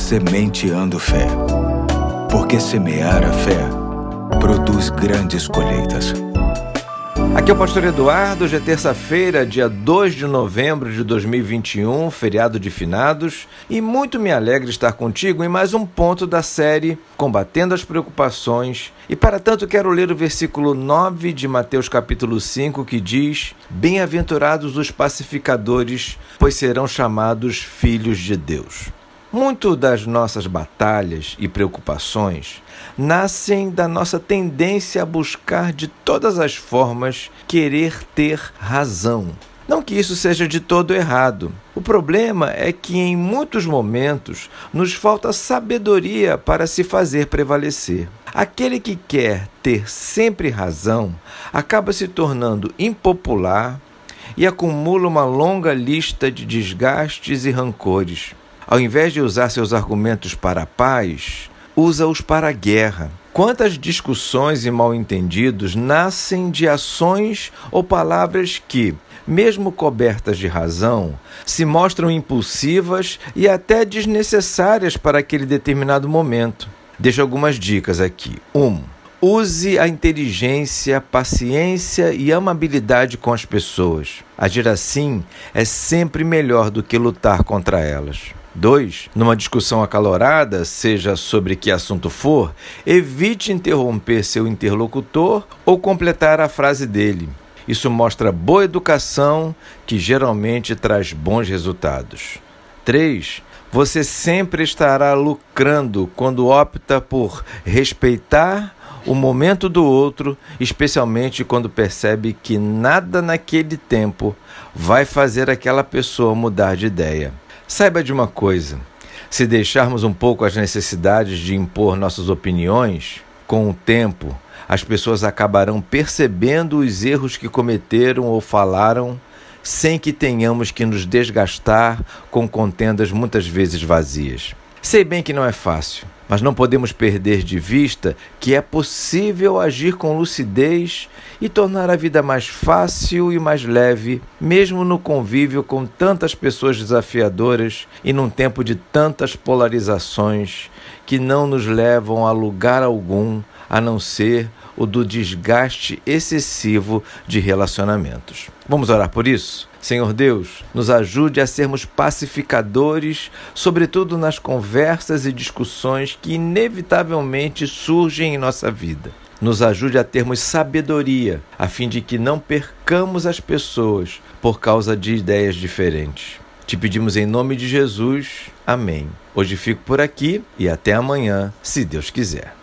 Sementeando Fé. Porque semear a fé produz grandes colheitas. Aqui é o Pastor Eduardo. Hoje é terça-feira, dia 2 de novembro de 2021, feriado de finados, e muito me alegra estar contigo em mais um ponto da série Combatendo as Preocupações. E para tanto quero ler o versículo 9 de Mateus capítulo 5, que diz: Bem-aventurados os pacificadores, pois serão chamados filhos de Deus. Muito das nossas batalhas e preocupações nascem da nossa tendência a buscar de todas as formas querer ter razão. Não que isso seja de todo errado. O problema é que em muitos momentos nos falta sabedoria para se fazer prevalecer. Aquele que quer ter sempre razão acaba se tornando impopular e acumula uma longa lista de desgastes e rancores. Ao invés de usar seus argumentos para a paz, usa-os para a guerra. Quantas discussões e mal-entendidos nascem de ações ou palavras que, mesmo cobertas de razão, se mostram impulsivas e até desnecessárias para aquele determinado momento. Deixo algumas dicas aqui. 1. Use a inteligência, paciência e amabilidade com as pessoas. Agir assim é sempre melhor do que lutar contra elas. 2. Numa discussão acalorada, seja sobre que assunto for, evite interromper seu interlocutor ou completar a frase dele. Isso mostra boa educação, que geralmente traz bons resultados. 3. Você sempre estará lucrando quando opta por respeitar o momento do outro, especialmente quando percebe que nada naquele tempo vai fazer aquela pessoa mudar de ideia. Saiba de uma coisa: se deixarmos um pouco as necessidades de impor nossas opiniões, com o tempo, as pessoas acabarão percebendo os erros que cometeram ou falaram, sem que tenhamos que nos desgastar com contendas muitas vezes vazias. Sei bem que não é fácil, mas não podemos perder de vista que é possível agir com lucidez e tornar a vida mais fácil e mais leve, mesmo no convívio com tantas pessoas desafiadoras e num tempo de tantas polarizações que não nos levam a lugar algum, a não ser o do desgaste excessivo de relacionamentos. Vamos orar por isso? Senhor Deus, nos ajude a sermos pacificadores, sobretudo nas conversas e discussões que inevitavelmente surgem em nossa vida. Nos ajude a termos sabedoria, a fim de que não percamos as pessoas por causa de ideias diferentes. Te pedimos em nome de Jesus. Amém. Hoje fico por aqui e até amanhã, se Deus quiser.